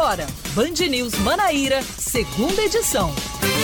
agora, Band News Manaíra, segunda edição.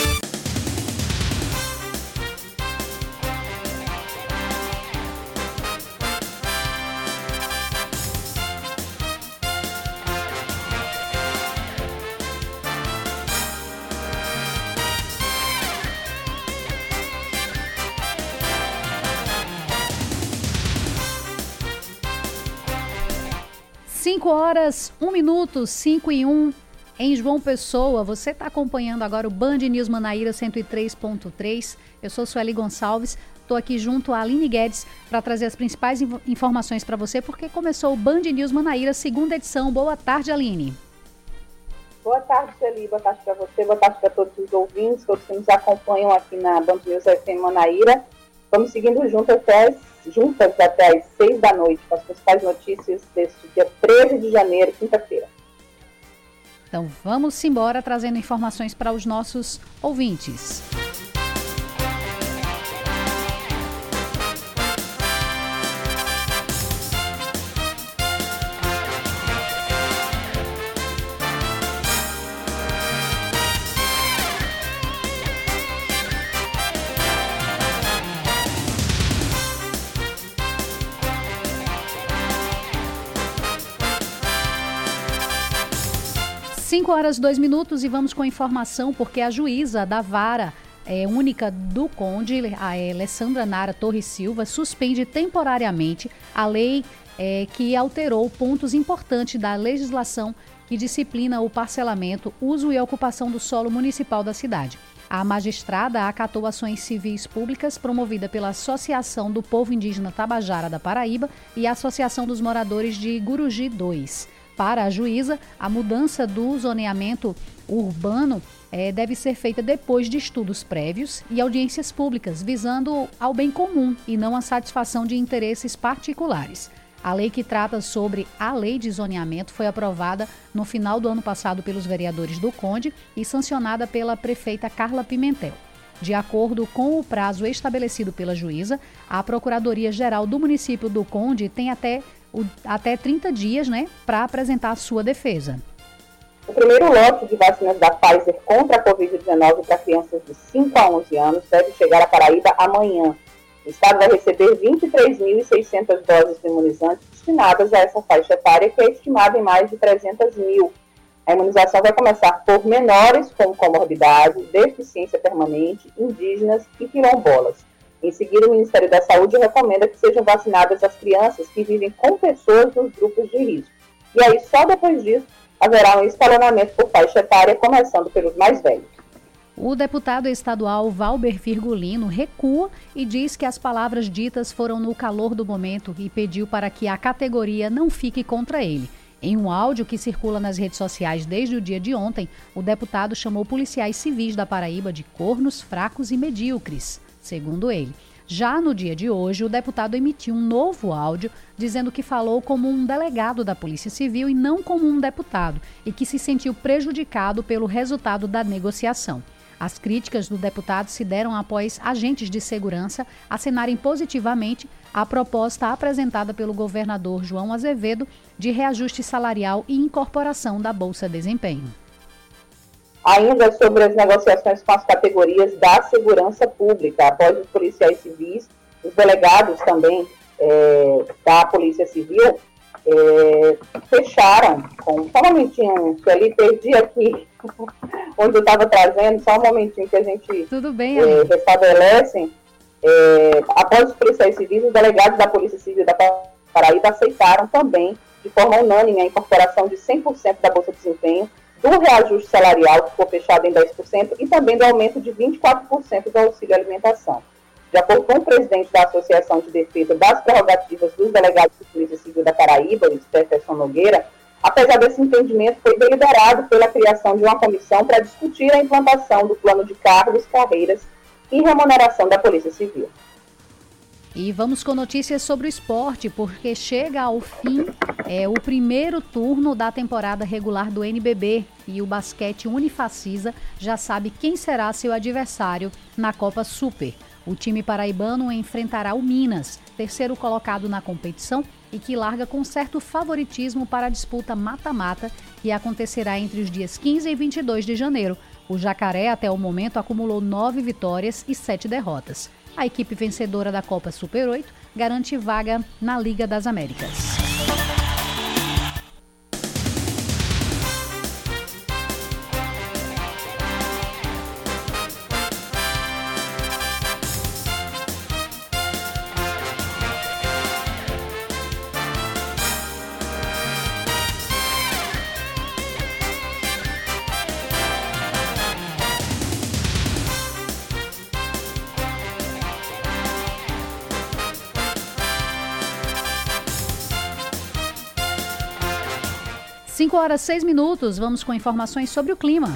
Cinco horas, 1 minuto, 5:01 em João Pessoa. Você está acompanhando agora o Band News Manaíra 103.3. Eu sou Sueli Gonçalves, estou aqui junto a Aline Guedes para trazer as principais informações para você, porque começou o Band News Manaíra, segunda edição. Boa tarde, Aline. Boa tarde, Sueli. Boa tarde para você, boa tarde para todos os ouvintes, todos que nos acompanham aqui na Band News FM Manaíra. Vamos seguindo juntas até às 6 da noite, com as principais notícias deste dia 13 de janeiro, quinta-feira. Então vamos embora trazendo informações para os nossos ouvintes. Cinco horas, 2 minutos e vamos com a informação, porque a juíza da vara única do Conde, a Alessandra Nara Torres Silva, suspende temporariamente a lei que alterou pontos importantes da legislação que disciplina o parcelamento, uso e ocupação do solo municipal da cidade. A magistrada acatou ações civis públicas promovida pela Associação do Povo Indígena Tabajara da Paraíba e a Associação dos Moradores de Guruji II. Para a juíza, a mudança do zoneamento urbano deve ser feita depois de estudos prévios e audiências públicas, visando ao bem comum e não a satisfação de interesses particulares. A lei que trata sobre a lei de zoneamento foi aprovada no final do ano passado pelos vereadores do Conde e sancionada pela prefeita Carla Pimentel. De acordo com o prazo estabelecido pela juíza, a Procuradoria-Geral do município do Conde tem até 30 dias, para apresentar a sua defesa. O primeiro lote de vacinas da Pfizer contra a Covid-19 para crianças de 5 a 11 anos deve chegar à Paraíba amanhã. O estado vai receber 23.600 doses de imunizantes destinadas a essa faixa etária, que é estimada em mais de 300 mil. A imunização vai começar por menores com comorbidade, deficiência permanente, indígenas e quilombolas. Em seguida, o Ministério da Saúde recomenda que sejam vacinadas as crianças que vivem com pessoas dos grupos de risco. E aí, só depois disso, haverá um escalonamento por faixa etária, começando pelos mais velhos. O deputado estadual Valber Virgulino recua e diz que as palavras ditas foram no calor do momento e pediu para que a categoria não fique contra ele. Em um áudio que circula nas redes sociais desde o dia de ontem, o deputado chamou policiais civis da Paraíba de cornos, fracos e medíocres, segundo ele. Já no dia de hoje, o deputado emitiu um novo áudio dizendo que falou como um delegado da Polícia Civil e não como um deputado, e que se sentiu prejudicado pelo resultado da negociação. As críticas do deputado se deram após agentes de segurança assinarem positivamente a proposta apresentada pelo governador João Azevedo de reajuste salarial e incorporação da Bolsa Desempenho. Ainda sobre as negociações com as categorias da segurança pública, após os policiais civis, os delegados também da Polícia Civil fecharam, só um momentinho, que ali perdi aqui onde eu estava trazendo, só um momentinho que a gente Tudo bem, restabelecem. Após os policiais civis, os delegados da Polícia Civil da Paraíba aceitaram também, de forma unânime, a incorporação de 100% da Bolsa de Desempenho, do reajuste salarial, que ficou fechado em 10%, e também do aumento de 24% do auxílio alimentação. De acordo com o presidente da Associação de Defesa das Prerrogativas dos Delegados de Polícia Civil da Paraíba, o Jefferson Nogueira, apesar desse entendimento, foi deliberado pela criação de uma comissão para discutir a implantação do plano de cargos, carreiras e remuneração da Polícia Civil. E vamos com notícias sobre o esporte, porque chega ao fim o primeiro turno da temporada regular do NBB e o basquete Unifacisa já sabe quem será seu adversário na Copa Super. O time paraibano enfrentará o Minas, terceiro colocado na competição, e que larga com certo favoritismo para a disputa mata-mata, que acontecerá entre os dias 15 e 22 de janeiro. O Jacaré, até o momento, acumulou 9 vitórias e 7 derrotas. A equipe vencedora da Copa Super 8 garante vaga na Liga das Américas. Cinco horas, 6 minutos, vamos com informações sobre o clima.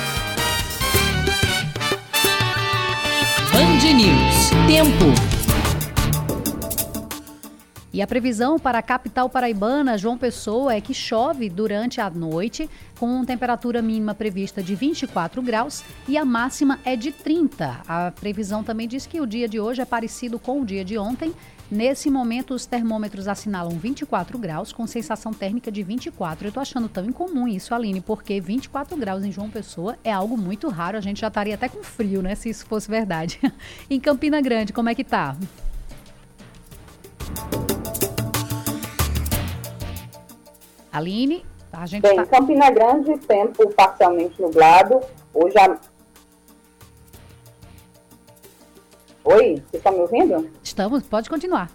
Band News. Tempo. E a previsão para a capital paraibana, João Pessoa, é que chove durante a noite, com temperatura mínima prevista de 24 graus e a máxima é de 30. A previsão também diz que o dia de hoje é parecido com o dia de ontem. Nesse momento, os termômetros assinalam 24 graus, com sensação térmica de 24. Eu tô achando tão incomum isso, Aline, porque 24 graus em João Pessoa é algo muito raro. A gente já estaria até com frio, né, se isso fosse verdade. Em Campina Grande, como é que tá? Aline, a gente Bem, Campina Grande, tempo parcialmente nublado. Hoje Oi, vocês estão me ouvindo? Estamos, pode continuar.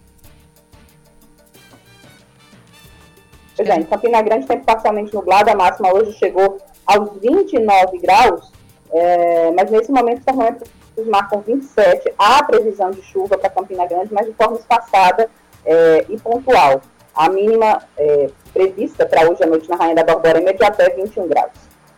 Pois é, em Campina Grande, tempo parcialmente nublado, a máxima hoje chegou aos 29 graus, mas nesse momento os termômetros marcam 27. Há previsão de chuva para Campina Grande, mas de forma espaçada e pontual. A mínima prevista para hoje à noite na Rainha da Borborema é de até 21 graus.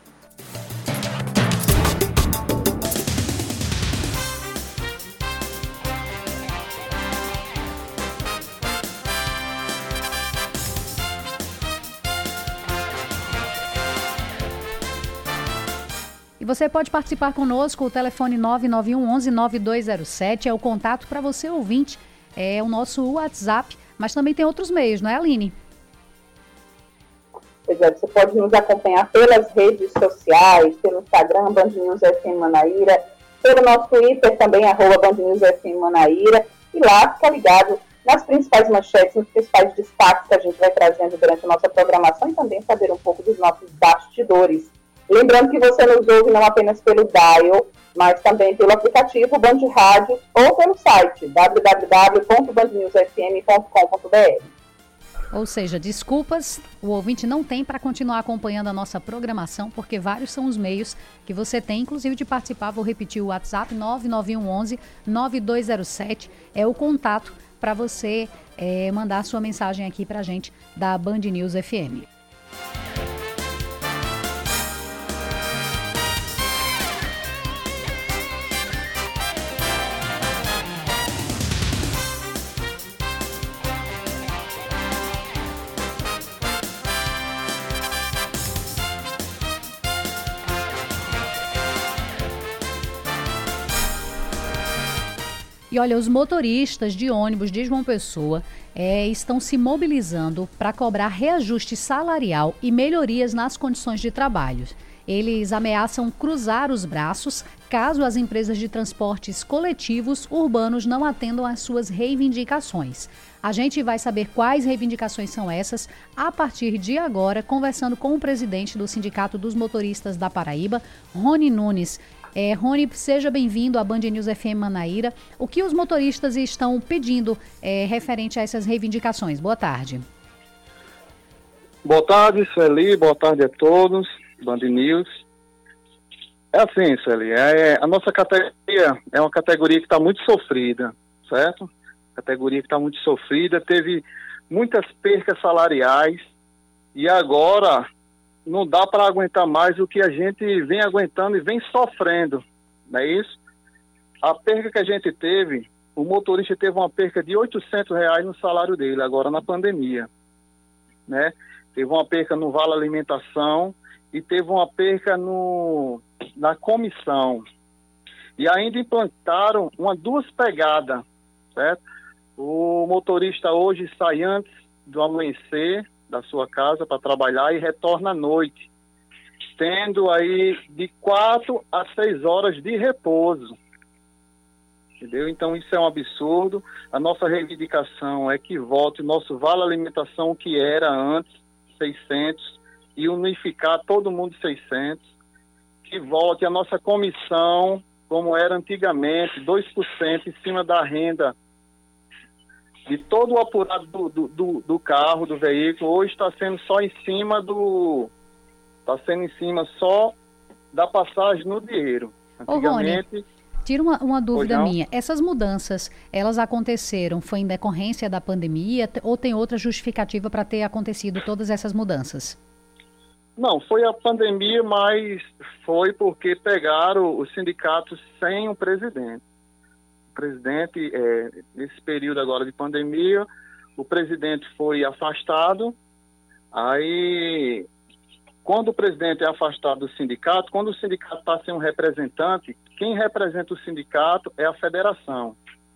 E você pode participar conosco, o telefone 99111-9207 é o contato para você ouvinte, é o nosso WhatsApp, mas também tem outros meios, não é, Aline? Pois é, você pode nos acompanhar pelas redes sociais, pelo Instagram, Band News FM Manaíra, pelo nosso Twitter também, @Band News FM Manaíra, e lá fica ligado nas principais manchetes, nos principais destaques que a gente vai trazendo durante a nossa programação e também saber um pouco dos nossos bastidores. Lembrando que você nos ouve não apenas pelo dial, mas também pelo aplicativo Band Rádio ou pelo site www.bandnewsfm.com.br. Ou seja, desculpas, o ouvinte não tem para continuar acompanhando a nossa programação, porque vários são os meios que você tem, inclusive de participar. Vou repetir o WhatsApp, 99111-9207, é o contato para você mandar sua mensagem aqui para a gente da Band News FM. E olha, os motoristas de ônibus de João Pessoa estão se mobilizando para cobrar reajuste salarial e melhorias nas condições de trabalho. Eles ameaçam cruzar os braços caso as empresas de transportes coletivos urbanos não atendam às suas reivindicações. A gente vai saber quais reivindicações são essas a partir de agora, conversando com o presidente do Sindicato dos Motoristas da Paraíba, Rony Nunes. Rony, seja bem-vindo à Band News FM Manaíra. O que os motoristas estão pedindo referente a essas reivindicações? Boa tarde. Boa tarde, Sueli. Boa tarde a todos. Band News. É assim, Sueli, a nossa categoria é uma categoria que está muito sofrida, certo? Categoria que está muito sofrida, teve muitas percas salariais e agora não dá para aguentar mais o que a gente vem aguentando e vem sofrendo, não é isso? A perca que a gente teve, o motorista teve uma perca de R$800 no salário dele, agora na pandemia, né? Teve uma perca no Vale Alimentação e teve uma perca na comissão. E ainda implantaram duas pegadas, certo? O motorista hoje sai antes do amanhecer da sua casa para trabalhar e retorna à noite, tendo aí de 4 a 6 horas de repouso. Entendeu? Então isso é um absurdo. A nossa reivindicação é que volte o nosso vale alimentação que era antes, 600, e unificar todo mundo 600, que volte a nossa comissão como era antigamente, 2% em cima da renda de todo o apurado do carro, do veículo. Hoje está sendo só em cima só da passagem no dinheiro. Antigamente... Rony, tira uma dúvida minha. Essas mudanças, elas aconteceram, foi em decorrência da pandemia ou tem outra justificativa para ter acontecido todas essas mudanças? Não, foi a pandemia, mas foi porque pegaram os sindicatos sem um presidente. O presidente, nesse período agora de pandemia, o presidente foi afastado. Aí, quando o presidente é afastado do sindicato, quando o sindicato está sem um representante, quem representa o sindicato é a federação.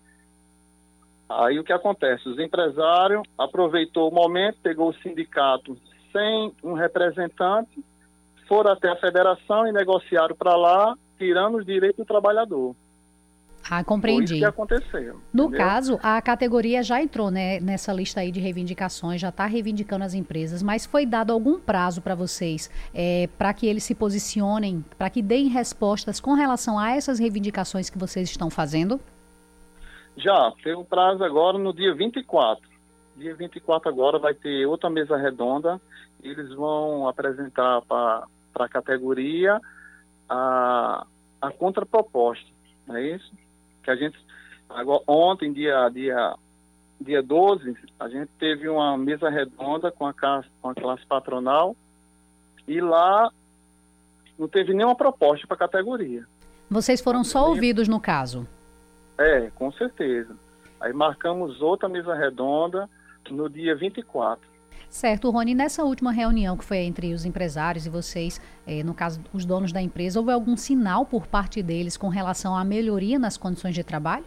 Aí o que acontece? Os empresários aproveitou o momento, pegou o sindicato sem um representante, foram até a federação e negociaram para lá, tirando os direitos do trabalhador. Compreendi. Foi isso que aconteceu. No entendeu? caso, a categoria já entrou, né, nessa lista aí de reivindicações, já está reivindicando as empresas, mas foi dado algum prazo para vocês, para que eles se posicionem, para que deem respostas com relação a essas reivindicações que vocês estão fazendo? Já, tem um prazo agora no dia 24. Dia 24 agora vai ter outra mesa redonda. Eles vão apresentar para a categoria a contraproposta, não é isso? Que a gente, agora, ontem, dia 12, a gente teve uma mesa redonda com a classe patronal e lá não teve nenhuma proposta para a categoria. Vocês foram só ouvidos no caso? Com certeza. Aí marcamos outra mesa redonda no dia 24. Certo, Rony, nessa última reunião que foi entre os empresários e vocês, no caso, os donos da empresa, houve algum sinal por parte deles com relação à melhoria nas condições de trabalho?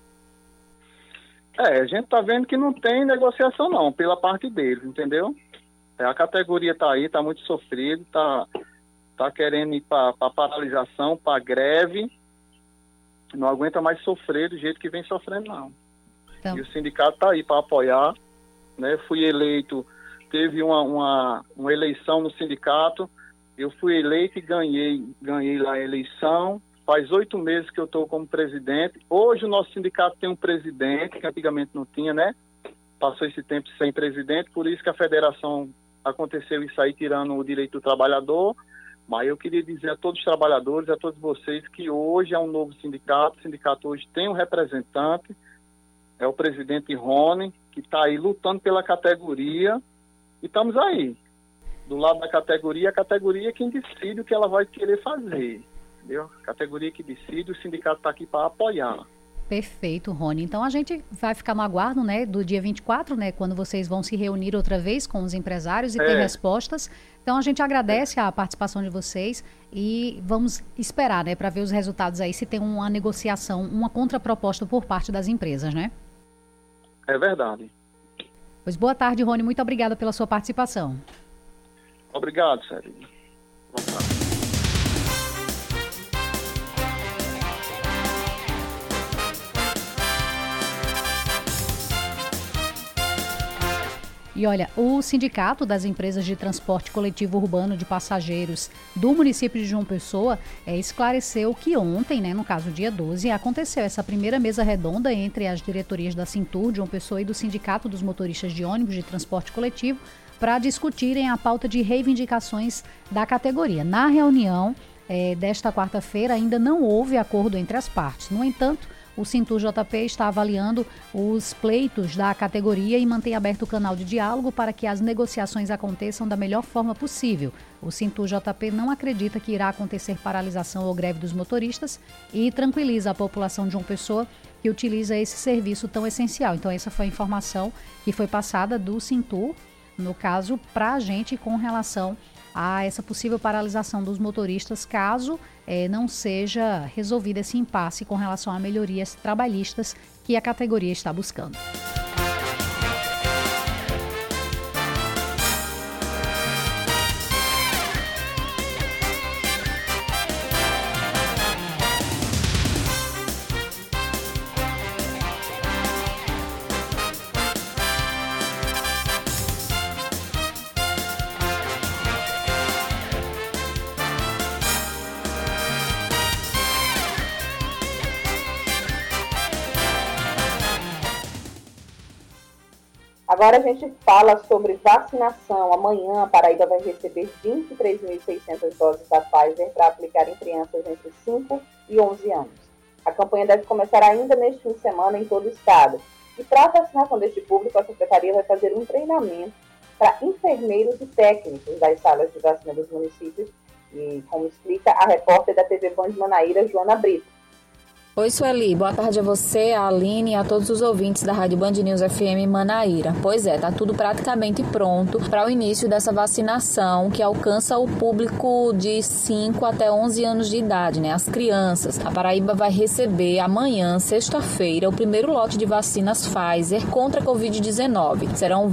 A gente está vendo que não tem negociação não, pela parte deles, entendeu? A categoria está aí, está muito sofrido, está querendo ir para paralisação, para greve, não aguenta mais sofrer do jeito que vem sofrendo não. Então. E o sindicato está aí para apoiar, né? Fui eleito, teve uma eleição no sindicato, eu fui eleito e ganhei lá a eleição. Faz 8 meses que eu estou como presidente. Hoje o nosso sindicato tem um presidente, que antigamente não tinha, né? Passou esse tempo sem presidente, por isso que a federação aconteceu isso aí, tirando o direito do trabalhador. Mas eu queria dizer a todos os trabalhadores, a todos vocês, que hoje é um novo sindicato. O sindicato hoje tem um representante, é o presidente Rony, que está aí lutando pela categoria. E estamos aí, do lado da categoria, a categoria é quem decide o que ela vai querer fazer. Entendeu? A categoria que decide, o sindicato está aqui para apoiar. Perfeito, Rony. Então a gente vai ficar no aguardo, né, do dia 24, né, quando vocês vão se reunir outra vez com os empresários e ter respostas. Então a gente agradece a participação de vocês e vamos esperar, né, para ver os resultados aí, se tem uma negociação, uma contraproposta por parte das empresas, né? É verdade. Pois boa tarde, Rony. Muito obrigada pela sua participação. Obrigado, Sérgio. Boa tarde. E olha, o Sindicato das Empresas de Transporte Coletivo Urbano de Passageiros do município de João Pessoa esclareceu que ontem, né, no caso dia 12, aconteceu essa primeira mesa redonda entre as diretorias da Cintur, de João Pessoa, e do Sindicato dos Motoristas de Ônibus de Transporte Coletivo para discutirem a pauta de reivindicações da categoria. Na reunião desta quarta-feira ainda não houve acordo entre as partes. No entanto, o Cintur JP está avaliando os pleitos da categoria e mantém aberto o canal de diálogo para que as negociações aconteçam da melhor forma possível. O Cintur JP não acredita que irá acontecer paralisação ou greve dos motoristas e tranquiliza a população de João Pessoa que utiliza esse serviço tão essencial. Então essa foi a informação que foi passada do Cintur, no caso, para a gente com relação a essa possível paralisação dos motoristas caso não seja resolvido esse impasse com relação a melhorias trabalhistas que a categoria está buscando. Agora a gente fala sobre vacinação. Amanhã a Paraíba vai receber 23.600 doses da Pfizer para aplicar em crianças entre 5 e 11 anos. A campanha deve começar ainda neste fim de semana em todo o estado. E para a vacinação deste público, a Secretaria vai fazer um treinamento para enfermeiros e técnicos das salas de vacina dos municípios, e como explica a repórter da TV Band Manaíra, Joana Brito. Oi, Sueli. Boa tarde a você, a Aline e a todos os ouvintes da Rádio Band News FM Manaíra. Pois é, tá tudo praticamente pronto para o início dessa vacinação que alcança o público de 5 até 11 anos de idade, né? As crianças. A Paraíba vai receber amanhã, sexta-feira, o primeiro lote de vacinas Pfizer contra a Covid-19. Serão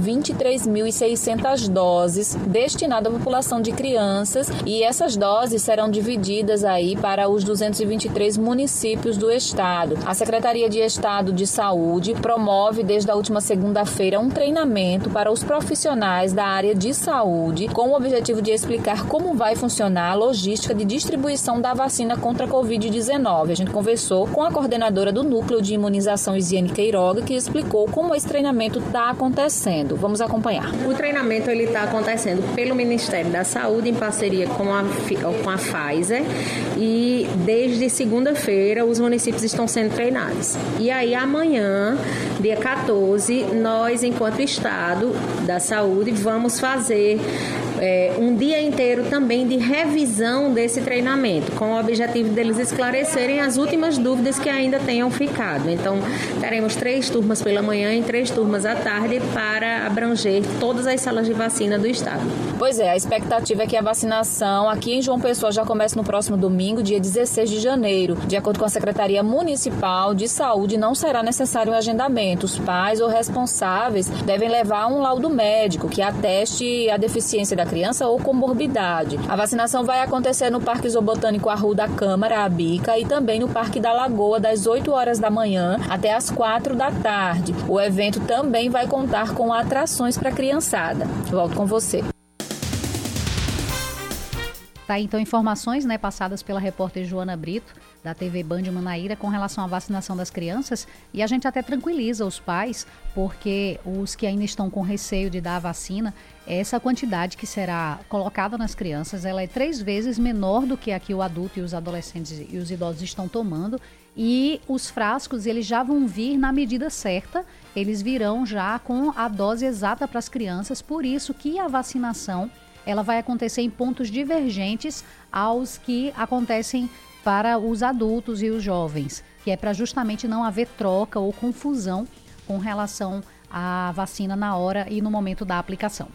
23.600 doses destinadas à população de crianças e essas doses serão divididas aí para os 223 municípios do Estado. A Secretaria de Estado de Saúde promove desde a última segunda-feira um treinamento para os profissionais da área de saúde com o objetivo de explicar como vai funcionar a logística de distribuição da vacina contra a Covid-19. A gente conversou com a coordenadora do Núcleo de Imunização, Isiane Queiroga, que explicou como esse treinamento está acontecendo. Vamos acompanhar. O treinamento está acontecendo pelo Ministério da Saúde em parceria com a Pfizer e desde segunda-feira os municípios estão sendo treinados. E aí amanhã, dia 14, nós, enquanto Estado da Saúde, vamos fazer um dia inteiro também de revisão desse treinamento, com o objetivo deles esclarecerem as últimas dúvidas que ainda tenham ficado. Então, teremos 3 turmas pela manhã e 3 turmas à tarde para abranger todas as salas de vacina do Estado. Pois é, a expectativa é que a vacinação aqui em João Pessoa já comece no próximo domingo, dia 16 de janeiro. De acordo com a Secretaria Municipal de Saúde, não será necessário um agendamento. Os pais ou responsáveis devem levar um laudo médico que ateste a deficiência da criança ou comorbidade. A vacinação vai acontecer no Parque Zoobotânico Arru da Câmara, a Bica, e também no Parque da Lagoa, das 8 horas da manhã até as 4 da tarde. O evento também vai contar com atrações para a criançada. Volto com você. Tá, então, informações, né, passadas pela repórter Joana Brito, da TV Band Manaíra, com relação à vacinação das crianças. E a gente até tranquiliza os pais, porque os que ainda estão com receio de dar a vacina, essa quantidade que será colocada nas crianças, ela é 3 vezes menor do que a que o adulto e os adolescentes e os idosos estão tomando. E os frascos, eles já vão vir na medida certa, eles virão já com a dose exata para as crianças, por isso que a vacinação ela vai acontecer em pontos divergentes aos que acontecem para os adultos e os jovens, que é para justamente não haver troca ou confusão com relação à vacina na hora e no momento da aplicação.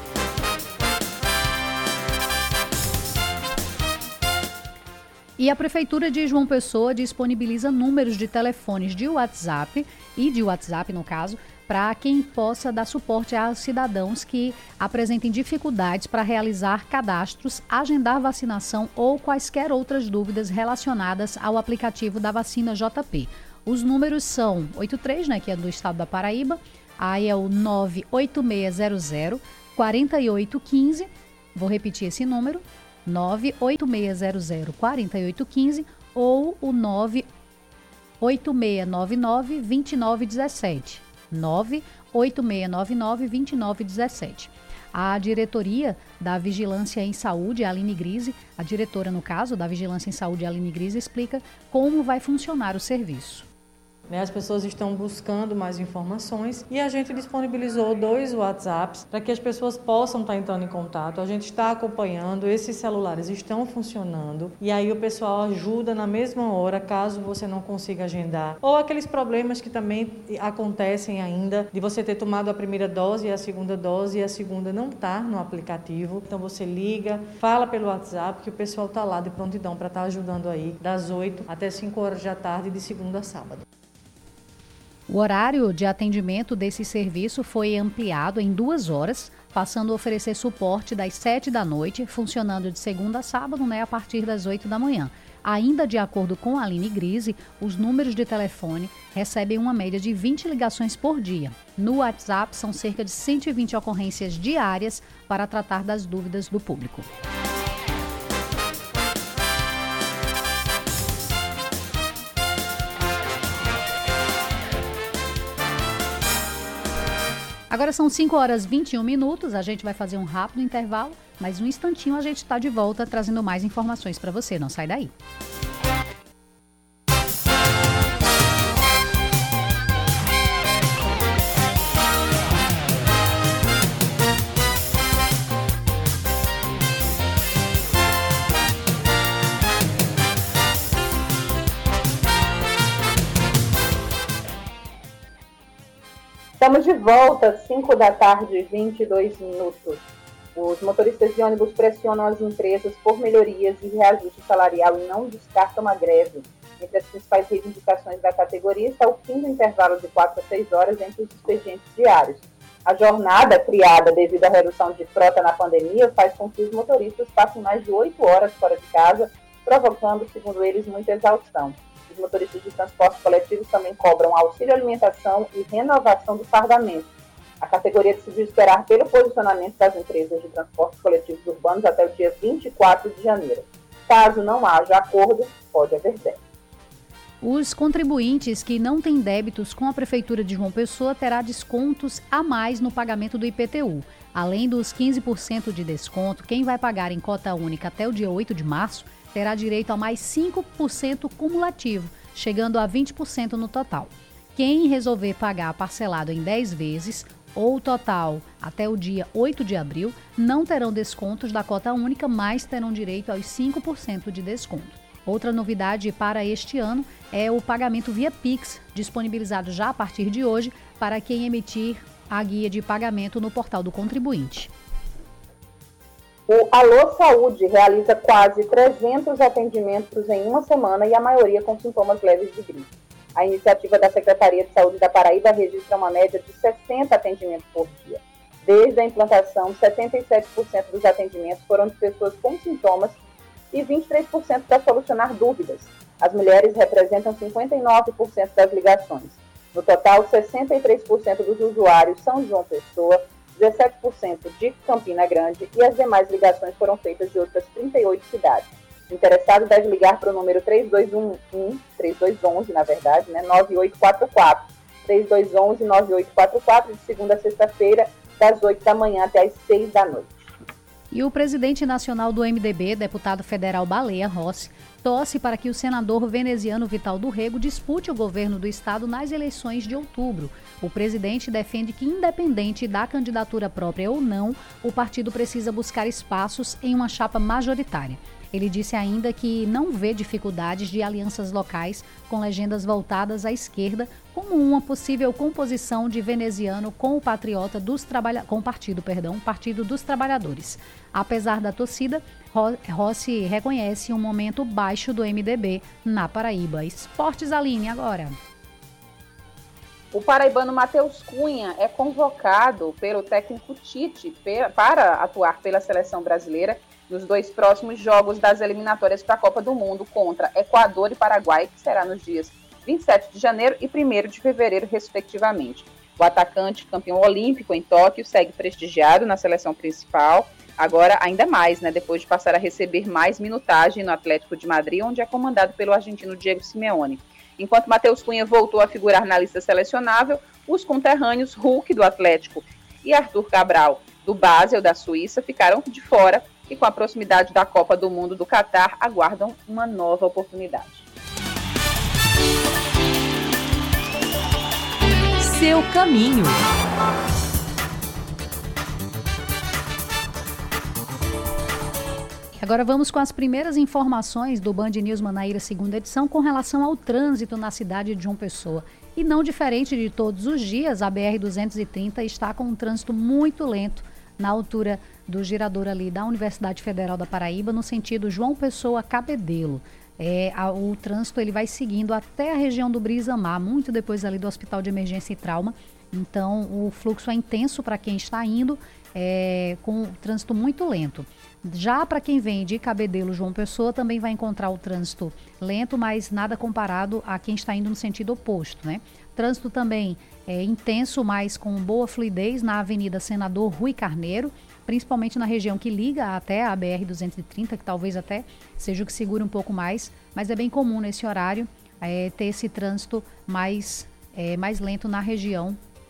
E a Prefeitura de João Pessoa disponibiliza números de telefones de WhatsApp, no caso, para quem possa dar suporte aos cidadãos que apresentem dificuldades para realizar cadastros, agendar vacinação ou quaisquer outras dúvidas relacionadas ao aplicativo da vacina JP. Os números são 83, né, que é do estado da Paraíba, aí é o 98600 4815, vou repetir esse número, 98600 4815 ou o 98699 2917. 98699-2917. A diretoria da Vigilância em Saúde, Aline Grise, a diretora, no caso, da Vigilância em Saúde, Aline Grise, explica como vai funcionar o serviço. As pessoas estão buscando mais informações e a gente disponibilizou 2 WhatsApps para que as pessoas possam estar entrando em contato. A gente está acompanhando, esses celulares estão funcionando e aí o pessoal ajuda na mesma hora, caso você não consiga agendar. Ou aqueles problemas que também acontecem ainda, de você ter tomado a primeira dose e a segunda dose e a segunda não está no aplicativo. Então você liga, fala pelo WhatsApp que o pessoal está lá de prontidão para estar ajudando aí das 8 até 5 horas da tarde de segunda a sábado. O horário de atendimento desse serviço foi ampliado em 2 horas, passando a oferecer suporte das 7 da noite, funcionando de segunda a sábado, né, a partir das 8 da manhã. Ainda de acordo com a Aline Grise, os números de telefone recebem uma média de 20 ligações por dia. No WhatsApp, são cerca de 120 ocorrências diárias para tratar das dúvidas do público. Agora são 5h21, a gente vai fazer um rápido intervalo, mas um instantinho a gente está de volta trazendo mais informações para você, não sai daí. Estamos de volta, 5h22. Os motoristas de ônibus pressionam as empresas por melhorias e reajuste salarial e não descartam a greve. Entre as principais reivindicações da categoria está o fim do intervalo de 4 a 6 horas entre os expedientes diários. A jornada, criada devido à redução de frota na pandemia, faz com que os motoristas passem mais de 8 horas fora de casa, provocando, segundo eles, muita exaustão. Os motoristas de transportes coletivos também cobram auxílio alimentação e renovação do fardamento. A categoria decidiu esperar pelo posicionamento das empresas de transportes coletivos urbanos até o dia 24 de janeiro. Caso não haja acordo, pode haver greve. Os contribuintes que não têm débitos com a Prefeitura de João Pessoa terá descontos a mais no pagamento do IPTU. Além dos 15% de desconto, quem vai pagar em cota única até o dia 8 de março terá direito a mais 5% cumulativo, chegando a 20% no total. Quem resolver pagar parcelado em 10 vezes ou total até o dia 8 de abril, não terão descontos da cota única, mas terão direito aos 5% de desconto. Outra novidade para este ano é o pagamento via Pix, disponibilizado já a partir de hoje para quem emitir a guia de pagamento no portal do contribuinte. O Alô Saúde realiza quase 300 atendimentos em uma semana e a maioria com sintomas leves de gripe. A iniciativa da Secretaria de Saúde da Paraíba registra uma média de 60 atendimentos por dia. Desde a implantação, 77% dos atendimentos foram de pessoas com sintomas e 23% para solucionar dúvidas. As mulheres representam 59% das ligações. No total, 63% dos usuários são de João Pessoa, 17% de Campina Grande e as demais ligações foram feitas de outras 38 cidades. O interessado deve ligar para o número 3211, 9844, 3211-9844, de segunda a sexta-feira, das 8 da manhã até as 6 da noite. E o presidente nacional do MDB, deputado federal Baleia Rossi, torce para que o senador veneziano Vital do Rego dispute o governo do estado nas eleições de outubro. O presidente defende que, independente da candidatura própria ou não, o partido precisa buscar espaços em uma chapa majoritária. Ele disse ainda que não vê dificuldades de alianças locais com legendas voltadas à esquerda, como uma possível composição de veneziano com o Partido dos Trabalhadores. Apesar da torcida, Rossi reconhece um momento baixo do MDB na Paraíba. Esportes, Aline, agora. O paraibano Matheus Cunha é convocado pelo técnico Tite para atuar pela seleção brasileira nos 2 próximos jogos das eliminatórias para a Copa do Mundo contra Equador e Paraguai, que será nos dias 27 de janeiro e 1º de fevereiro, respectivamente. O atacante campeão olímpico em Tóquio segue prestigiado na seleção principal, agora ainda mais, depois de passar a receber mais minutagem no Atlético de Madrid, onde é comandado pelo argentino Diego Simeone. Enquanto Matheus Cunha voltou a figurar na lista selecionável, os conterrâneos Hulk, do Atlético, e Arthur Cabral, do Basel, da Suíça, ficaram de fora e, com a proximidade da Copa do Mundo do Catar, aguardam uma nova oportunidade. Seu caminho. Agora vamos com as primeiras informações do Band News Manaíra, segunda edição, com relação ao trânsito na cidade de João Pessoa. E não diferente de todos os dias, a BR-230 está com um trânsito muito lento na altura do girador ali da Universidade Federal da Paraíba, no sentido João Pessoa-Cabedelo. O trânsito ele vai seguindo até a região do Brisamar, muito depois ali do Hospital de Emergência e Trauma. Então, o fluxo é intenso para quem está indo, com o trânsito muito lento. Já para quem vem de Cabedelo, João Pessoa, também vai encontrar o trânsito lento, mas nada comparado a quem está indo no sentido oposto, né? Trânsito também intenso, mas com boa fluidez na Avenida Senador Rui Carneiro, principalmente na região que liga até a BR-230, que talvez até seja o que segura um pouco mais, mas é bem comum nesse horário ter esse trânsito mais lento na região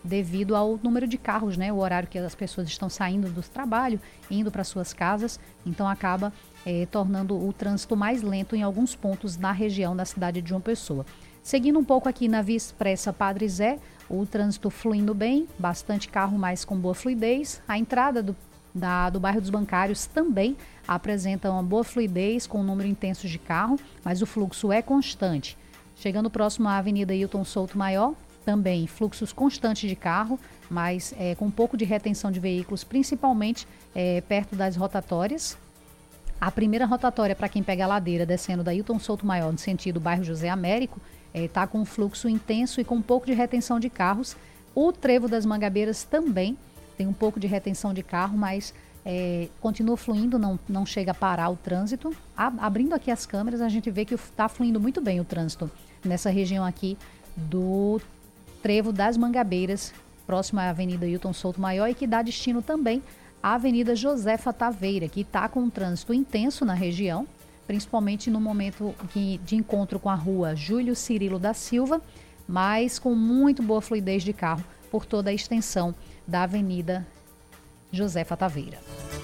devido ao número de carros, né? O horário que as pessoas estão saindo do trabalho, indo para suas casas, então acaba tornando o trânsito mais lento em alguns pontos na região da cidade de João Pessoa. Seguindo um pouco aqui na Via Expressa Padre Zé, o trânsito fluindo bem, bastante carro, mas com boa fluidez. A entrada do bairro dos Bancários também apresenta uma boa fluidez, com um número intenso de carro, mas o fluxo é constante. Chegando próximo à Avenida Hilton Souto Maior, também fluxos constantes de carro, mas com um pouco de retenção de veículos, principalmente perto das rotatórias. A primeira rotatória, para quem pega a ladeira descendo da Hilton Souto Maior, no sentido bairro José Américo, está com um fluxo intenso e com um pouco de retenção de carros. O Trevo das Mangabeiras também tem um pouco de retenção de carro, mas continua fluindo, não chega a parar o trânsito. Abrindo aqui as câmeras, a gente vê que está fluindo muito bem o trânsito nessa região aqui do Trevo das Mangabeiras, próximo à Avenida Hilton Souto Maior, e que dá destino também à Avenida Josefa Taveira, que está com um trânsito intenso na região, principalmente no momento de encontro com a rua Júlio Cirilo da Silva, mas com muito boa fluidez de carro por toda a extensão da Avenida Josefa Taveira.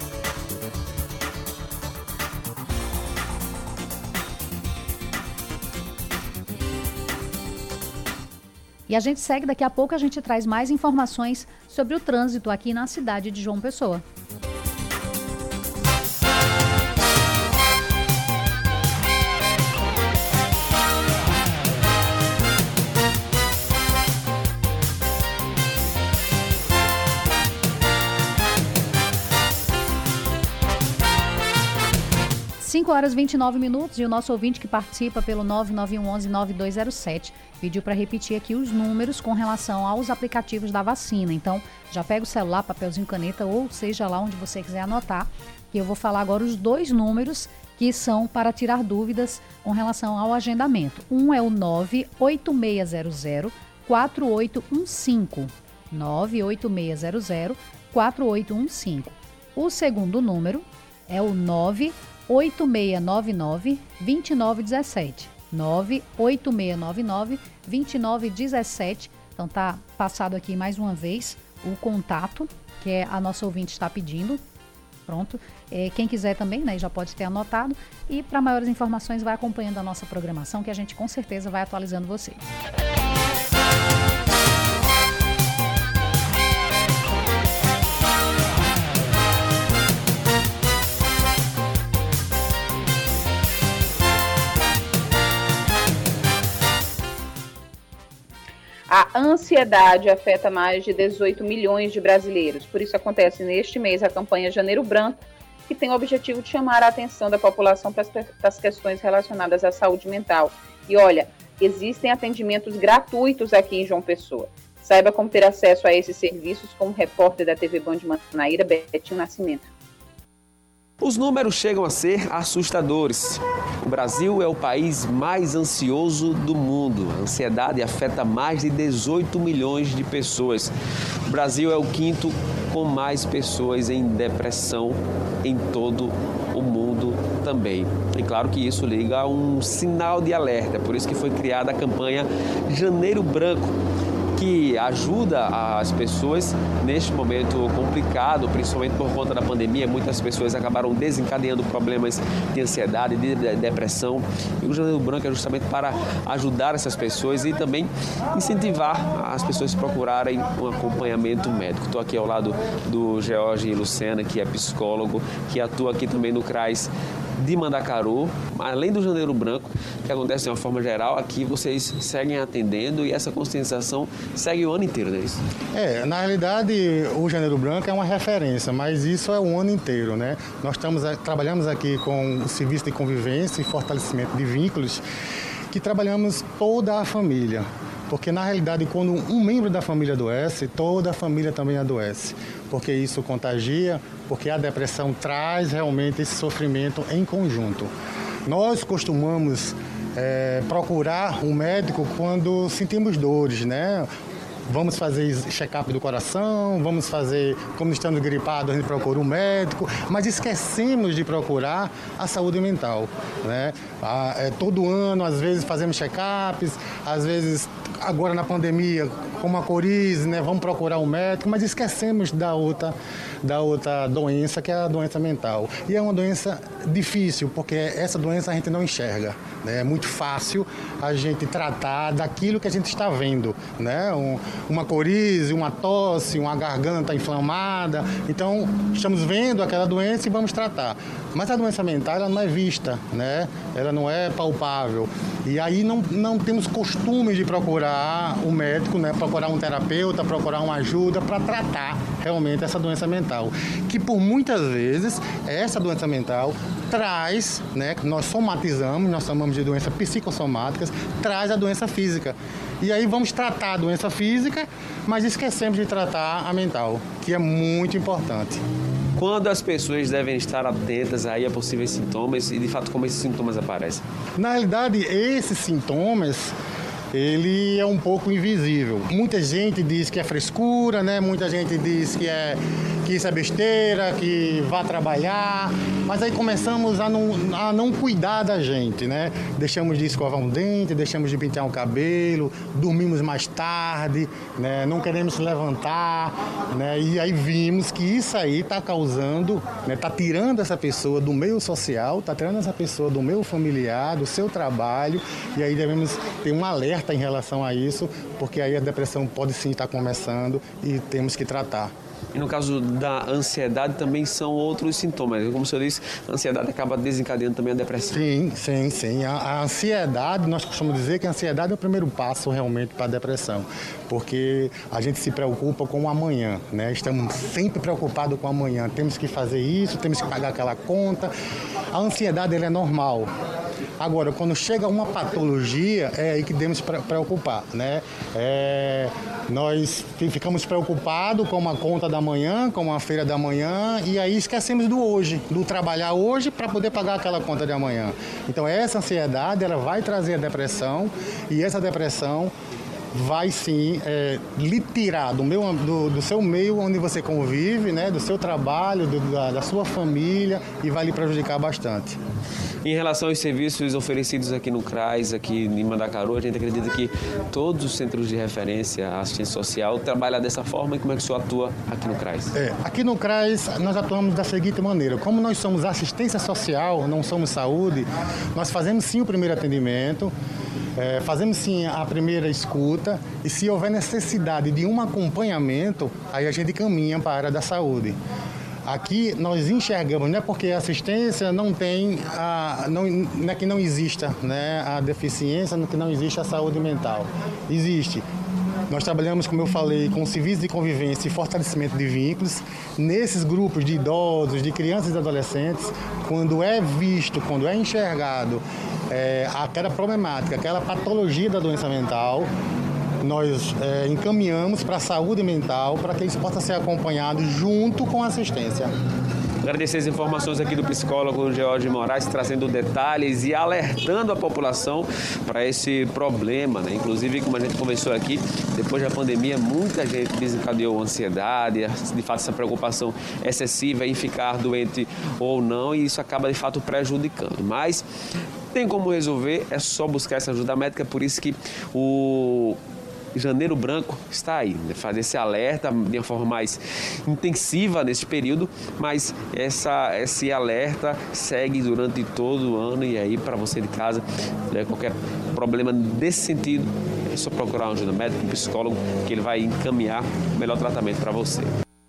E a gente segue, daqui a pouco a gente traz mais informações sobre o trânsito aqui na cidade de João Pessoa. Horas 29 minutos, e o nosso ouvinte que participa pelo 99111-9207 pediu para repetir aqui os números com relação aos aplicativos da vacina. Então, já pega o celular, papelzinho, caneta, ou seja lá onde você quiser anotar, que eu vou falar agora os dois números que são para tirar dúvidas com relação ao agendamento. Um é o 98600-4815. 98600-4815. O segundo número é o 98699-2917. 98699-2917. Então tá passado aqui mais uma vez o contato que a nossa ouvinte está pedindo. Pronto. Quem quiser também, né, já pode ter anotado. E para maiores informações, vai acompanhando a nossa programação, que a gente com certeza vai atualizando você. A ansiedade afeta mais de 18 milhões de brasileiros. Por isso acontece neste mês a campanha Janeiro Branco, que tem o objetivo de chamar a atenção da população para as questões relacionadas à saúde mental. E olha, existem atendimentos gratuitos aqui em João Pessoa. Saiba como ter acesso a esses serviços com o repórter da TV Band Manaíra, Betinho Nascimento. Os números chegam a ser assustadores. O Brasil é o país mais ansioso do mundo. A ansiedade afeta mais de 18 milhões de pessoas. O Brasil é o quinto com mais pessoas em depressão em todo o mundo também. E claro que isso liga a um sinal de alerta. Por isso que foi criada a campanha Janeiro Branco, que ajuda as pessoas neste momento complicado, principalmente por conta da pandemia. Muitas pessoas acabaram desencadeando problemas de ansiedade, de depressão. E o Janeiro Branco é justamente para ajudar essas pessoas e também incentivar as pessoas a procurarem um acompanhamento médico. Estou aqui ao lado do George Lucena, que é psicólogo, que atua aqui também no CRAS de Mandacaru. Além do Janeiro Branco, que acontece de uma forma geral, aqui vocês seguem atendendo e essa conscientização segue o ano inteiro, não é isso? Na realidade, o Janeiro Branco é uma referência, mas isso é o ano inteiro, né? Nós trabalhamos aqui com o serviço de convivência e fortalecimento de vínculos, que trabalhamos toda a família. Porque, na realidade, quando um membro da família adoece, toda a família também adoece. Porque isso contagia, porque a depressão traz realmente esse sofrimento em conjunto. Nós costumamos procurar um médico quando sentimos dores, né? vamos fazer check-up do coração, vamos fazer, como estamos gripados, a gente procura um médico, mas esquecemos de procurar a saúde mental, né? Todo ano, às vezes, fazemos check-ups, às vezes, agora na pandemia, como a coriza, né? Vamos procurar um médico, mas esquecemos da outra doença, que é a doença mental. E é uma doença difícil, porque essa doença a gente não enxerga, né? É muito fácil a gente tratar daquilo que a gente está vendo, né? Uma coriza, uma tosse, uma garganta inflamada. Então, estamos vendo aquela doença e vamos tratar. Mas a doença mental, ela não é vista, né? Ela não é palpável. E aí não temos costume de procurar o médico, né? Procurar um terapeuta, procurar uma ajuda para tratar realmente essa doença mental. Que por muitas vezes, essa doença mental traz, né? Nós somatizamos, nós chamamos de doenças psicossomáticas, traz a doença física. E aí vamos tratar a doença física, mas esquecemos de tratar a mental, que é muito importante. Quando as pessoas devem estar atentas aí a possíveis sintomas e, de fato, como esses sintomas aparecem? Na realidade, esses sintomas, ele é um pouco invisível. Muita gente diz que é frescura, né? Muita gente diz que isso é besteira, que vá trabalhar, mas aí começamos a não cuidar da gente, né? Deixamos de escovar um dente, deixamos de pentear um cabelo, dormimos mais tarde, né? Não queremos se levantar, né? E aí vimos que isso aí está causando, né? Está tirando essa pessoa do meio social, está tirando essa pessoa do meio familiar, do seu trabalho, e aí devemos ter um alerta em relação a isso, porque aí a depressão pode sim estar começando e temos que tratar. E no caso da ansiedade também são outros sintomas. Como o senhor disse, a ansiedade acaba desencadeando também a depressão. Sim. A ansiedade, nós costumamos dizer que a ansiedade é o primeiro passo realmente para a depressão, porque a gente se preocupa com o amanhã, né? Estamos sempre preocupados com o amanhã. Temos que fazer isso, temos que pagar aquela conta. A ansiedade, ela é normal. Agora, quando chega uma patologia, é aí que devemos preocupar, né? Nós ficamos preocupados com uma conta da manhã, com uma feira da manhã, e aí esquecemos do hoje, do trabalhar hoje para poder pagar aquela conta de amanhã. Então, essa ansiedade, ela vai trazer a depressão, e essa depressão vai sim lhe tirar do seu meio onde você convive, né? Do seu trabalho, da sua família, e vai lhe prejudicar bastante. Em relação aos serviços oferecidos aqui no CRAS, aqui em Mandacaru, a gente acredita que todos os centros de referência à assistência social trabalham dessa forma. E como é que o senhor atua aqui no CRAS? Aqui no CRAS nós atuamos da seguinte maneira: como nós somos assistência social, não somos saúde, nós fazemos sim o primeiro atendimento, fazemos sim a primeira escuta, e se houver necessidade de um acompanhamento, aí a gente caminha para a área da saúde. Aqui nós enxergamos, não é porque a assistência não tem, não é que não exista, né, a deficiência, que não existe a saúde mental. Existe. Nós trabalhamos, como eu falei, com serviços de convivência e fortalecimento de vínculos. Nesses grupos de idosos, de crianças e adolescentes, quando é visto, quando é enxergado aquela problemática, aquela patologia da doença mental, nós encaminhamos para a saúde mental para que eles possam ser acompanhados junto com a assistência. Agradecer as informações aqui do psicólogo George Moraes, trazendo detalhes e alertando a população para esse problema, né? Inclusive, como a gente conversou aqui, depois da pandemia, muita gente desencadeou ansiedade, de fato essa preocupação excessiva em ficar doente ou não, e isso acaba de fato prejudicando. Mas tem como resolver, é só buscar essa ajuda médica, por isso que o Janeiro Branco está aí, né? Fazer esse alerta de uma forma mais intensiva nesse período, mas esse alerta segue durante todo o ano, e aí para você de casa, né, qualquer problema desse sentido, é só procurar uma ajuda médica, um psicólogo, que ele vai encaminhar o melhor tratamento para você.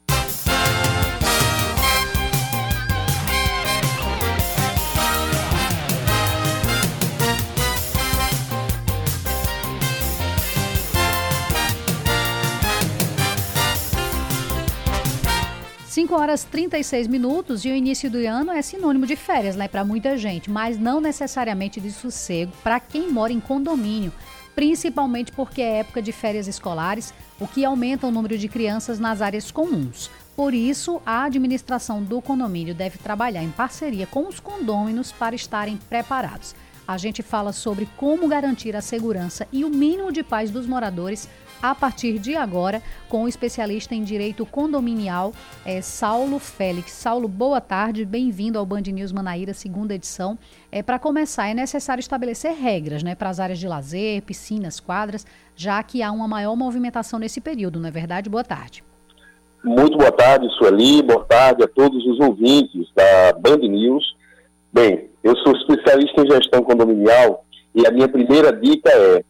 Horas 36 minutos, e o início do ano é sinônimo de férias, né, para muita gente, mas não necessariamente de sossego para quem mora em condomínio, principalmente porque é época de férias escolares, o que aumenta o número de crianças nas áreas comuns. Por isso, a administração do condomínio deve trabalhar em parceria com os condôminos para estarem preparados. a gente fala sobre como garantir a segurança e o mínimo de paz dos moradores a partir de agora, com o especialista em direito condominial, Saulo Félix. Saulo, boa tarde, bem-vindo ao Band News Manaíra, segunda edição. Para começar, é necessário estabelecer regras, né, para as áreas de lazer, piscinas, quadras, já que há uma maior movimentação nesse período, não é verdade? Boa tarde. Muito boa tarde, Sueli, boa tarde a todos os ouvintes da Band News. Bem, eu sou especialista em gestão condominial e a minha primeira dica é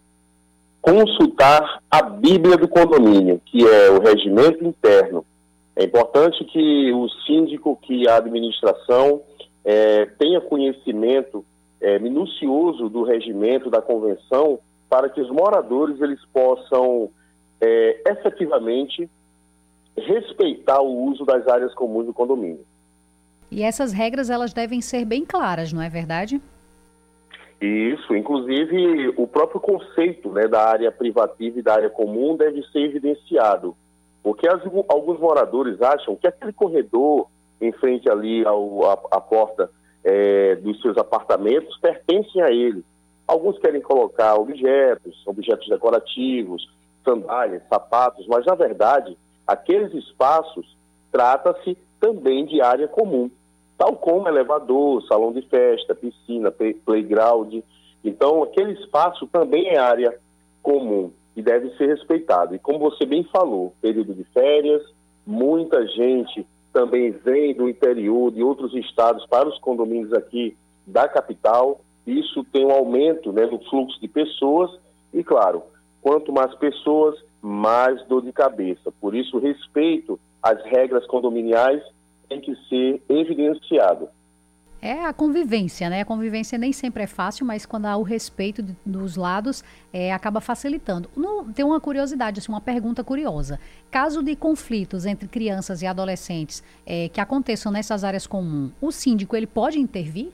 consultar a Bíblia do condomínio, que é o regimento interno. É importante que o síndico, que a administração tenha conhecimento minucioso do regimento, da convenção, para que os moradores eles possam efetivamente respeitar o uso das áreas comuns do condomínio. E essas regras elas devem ser bem claras, não é verdade? Isso, inclusive o próprio conceito, né, da área privativa e da área comum deve ser evidenciado, porque alguns moradores acham que aquele corredor em frente ali à porta dos seus apartamentos pertencem a eles. Alguns querem colocar objetos decorativos, sandálias, sapatos, mas na verdade aqueles espaços trata-se também de área comum, tal como elevador, salão de festa, piscina, playground. Então, aquele espaço também é área comum e deve ser respeitado. E como você bem falou, período de férias, muita gente também vem do interior, de outros estados para os condomínios aqui da capital. Isso tem um aumento, né, no fluxo de pessoas e, claro, quanto mais pessoas, mais dor de cabeça. Por isso, o respeito às regras condominiais tem que ser evidenciado. É a convivência, né? A convivência nem sempre é fácil, mas quando há o respeito dos lados, acaba facilitando. Tem uma curiosidade, assim, uma pergunta curiosa. Caso de conflitos entre crianças e adolescentes que aconteçam nessas áreas comuns, o síndico ele pode intervir?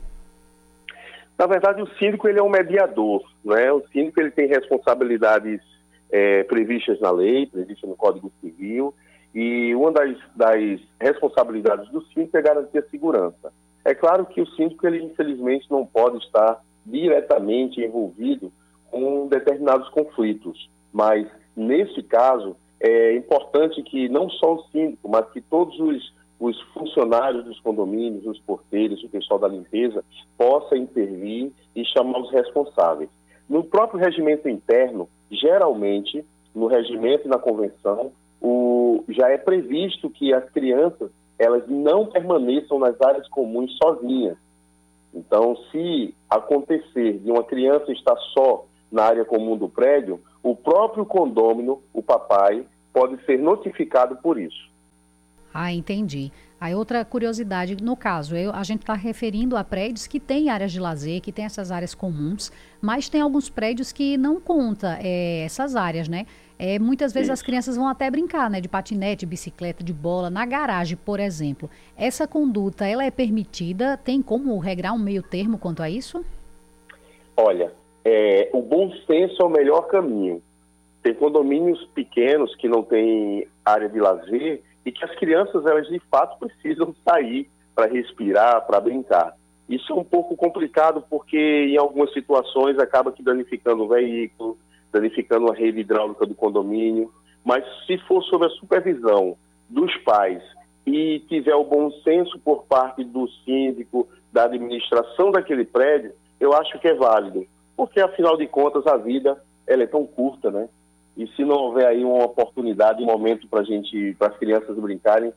Na verdade, o síndico ele é um mediador, né? O síndico ele tem responsabilidades previstas na lei, previstas no Código Civil, e uma das responsabilidades do síndico é garantir a segurança. É claro que o síndico, ele infelizmente não pode estar diretamente envolvido com determinados conflitos, mas nesse caso é importante que não só o síndico, mas que todos os funcionários dos condomínios, os porteiros, o pessoal da limpeza, possa intervir e chamar os responsáveis. No próprio regimento interno, geralmente, no regimento e na convenção, já é previsto que as crianças elas não permaneçam nas áreas comuns sozinhas. Então, se acontecer de uma criança estar só na área comum do prédio, o próprio condômino, o papai, pode ser notificado por isso. Ah, entendi. Aí outra curiosidade, no caso, a gente está referindo a prédios que têm áreas de lazer, que têm essas áreas comuns, mas tem alguns prédios que não contam essas áreas, né? Muitas vezes as crianças vão até brincar, né? De patinete, bicicleta, de bola, na garagem, por exemplo. Essa conduta, ela é permitida? Tem como regrar um meio termo quanto a isso? Olha, o bom senso é o melhor caminho. Tem condomínios pequenos que não têm área de lazer e que as crianças, elas de fato precisam sair para respirar, para brincar. Isso é um pouco complicado porque em algumas situações acaba que danificando o veículo, danificando a rede hidráulica do condomínio, mas se for sob a supervisão dos pais e tiver o bom senso por parte do síndico, da administração daquele prédio, eu acho que é válido, porque afinal de contas a vida ela é tão curta, né? E se não houver aí uma oportunidade, um momento para as crianças brincarem,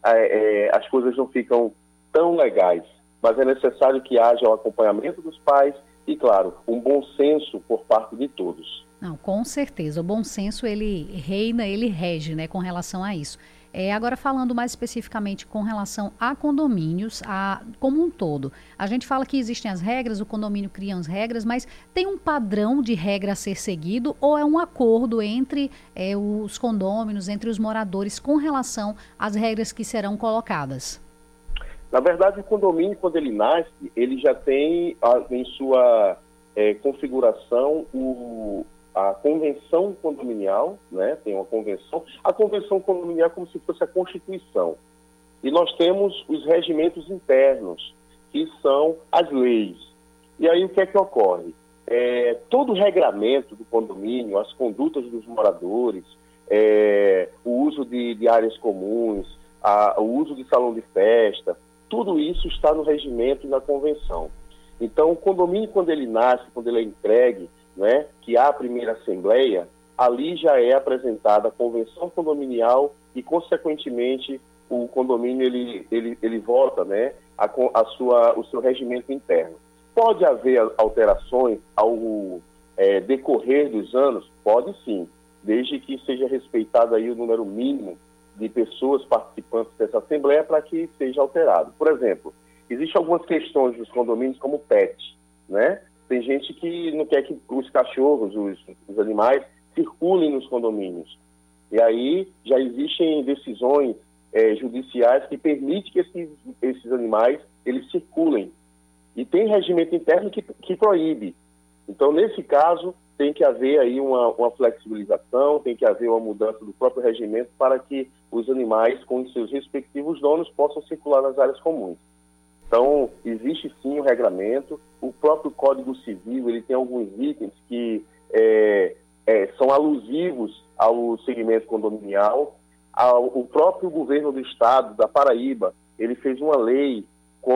as coisas não ficam tão legais. Mas é necessário que haja o acompanhamento dos pais e, claro, um bom senso por parte de todos. Não, com certeza. O bom senso, ele reina, ele rege, né, com relação a isso. Agora, falando mais especificamente com relação a condomínios, como um todo. A gente fala que existem as regras, o condomínio cria as regras, mas tem um padrão de regra a ser seguido ou é um acordo entre os condôminos, entre os moradores, com relação às regras que serão colocadas? Na verdade, o condomínio, quando ele nasce, ele já tem em sua configuração a convenção condominial, né? Tem uma convenção. A convenção condominial é como se fosse a Constituição. E nós temos os regimentos internos, que são as leis. E aí o que é que ocorre? Todo o regramento do condomínio, as condutas dos moradores, o uso de áreas comuns, o uso de salão de festa, tudo isso está no regimento e na convenção. Então, o condomínio, quando ele nasce, quando ele é entregue, né, que há a primeira assembleia, ali já é apresentada a convenção condominial e, consequentemente, o condomínio ele vota, né, o seu regimento interno. Pode haver alterações ao decorrer dos anos? Pode sim, desde que seja respeitado aí o número mínimo de pessoas participantes dessa assembleia para que seja alterado. Por exemplo, existem algumas questões dos condomínios como pet, né? Tem gente que não quer que os cachorros, os animais, circulem nos condomínios. E aí já existem decisões judiciais que permitem que esses animais eles circulem. E tem regimento interno que proíbe. Então, nesse caso, tem que haver aí uma flexibilização, tem que haver uma mudança do próprio regimento para que os animais, com os seus respectivos donos, possam circular nas áreas comuns. Então, existe sim o regramento. O próprio Código Civil, ele tem alguns itens que são alusivos ao segmento condominial. O próprio governo do estado, da Paraíba, ele fez uma lei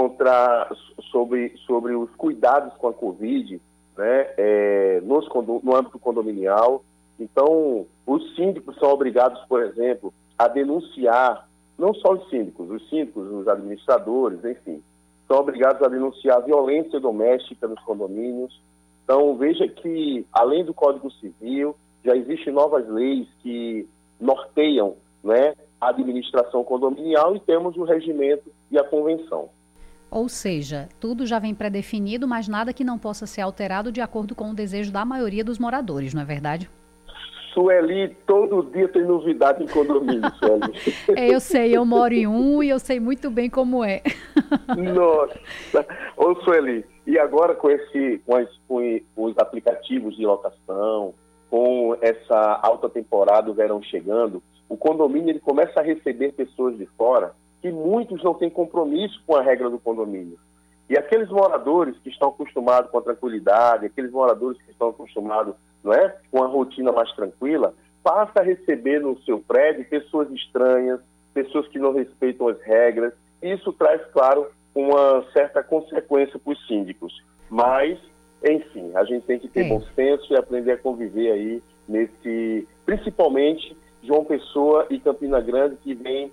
sobre os cuidados com a Covid, né, no âmbito condominial. Então, os síndicos são obrigados, por exemplo, a denunciar, não só os síndicos, os administradores, enfim, são obrigados a denunciar violência doméstica nos condomínios. Então, veja que, além do Código Civil, já existem novas leis que norteiam, né, a administração condominial e temos o regimento e a convenção. Ou seja, tudo já vem pré-definido, mas nada que não possa ser alterado de acordo com o desejo da maioria dos moradores, não é verdade? Sueli, todo dia tem novidade em condomínio, Sueli. Eu sei, eu moro em um e eu sei muito bem como é. Nossa! Ô, Sueli, e agora com os aplicativos de locação, com essa alta temporada, o verão chegando, o condomínio ele começa a receber pessoas de fora que muitos não têm compromisso com a regra do condomínio. E aqueles moradores que estão acostumados com a tranquilidade, aqueles moradores que estão acostumados, não é, com a rotina mais tranquila, passa a receber no seu prédio pessoas estranhas, pessoas que não respeitam as regras. E isso traz, claro, uma certa consequência para os síndicos. Mas, enfim, a gente tem que ter bom senso e aprender a conviver aí principalmente João Pessoa e Campina Grande, que vem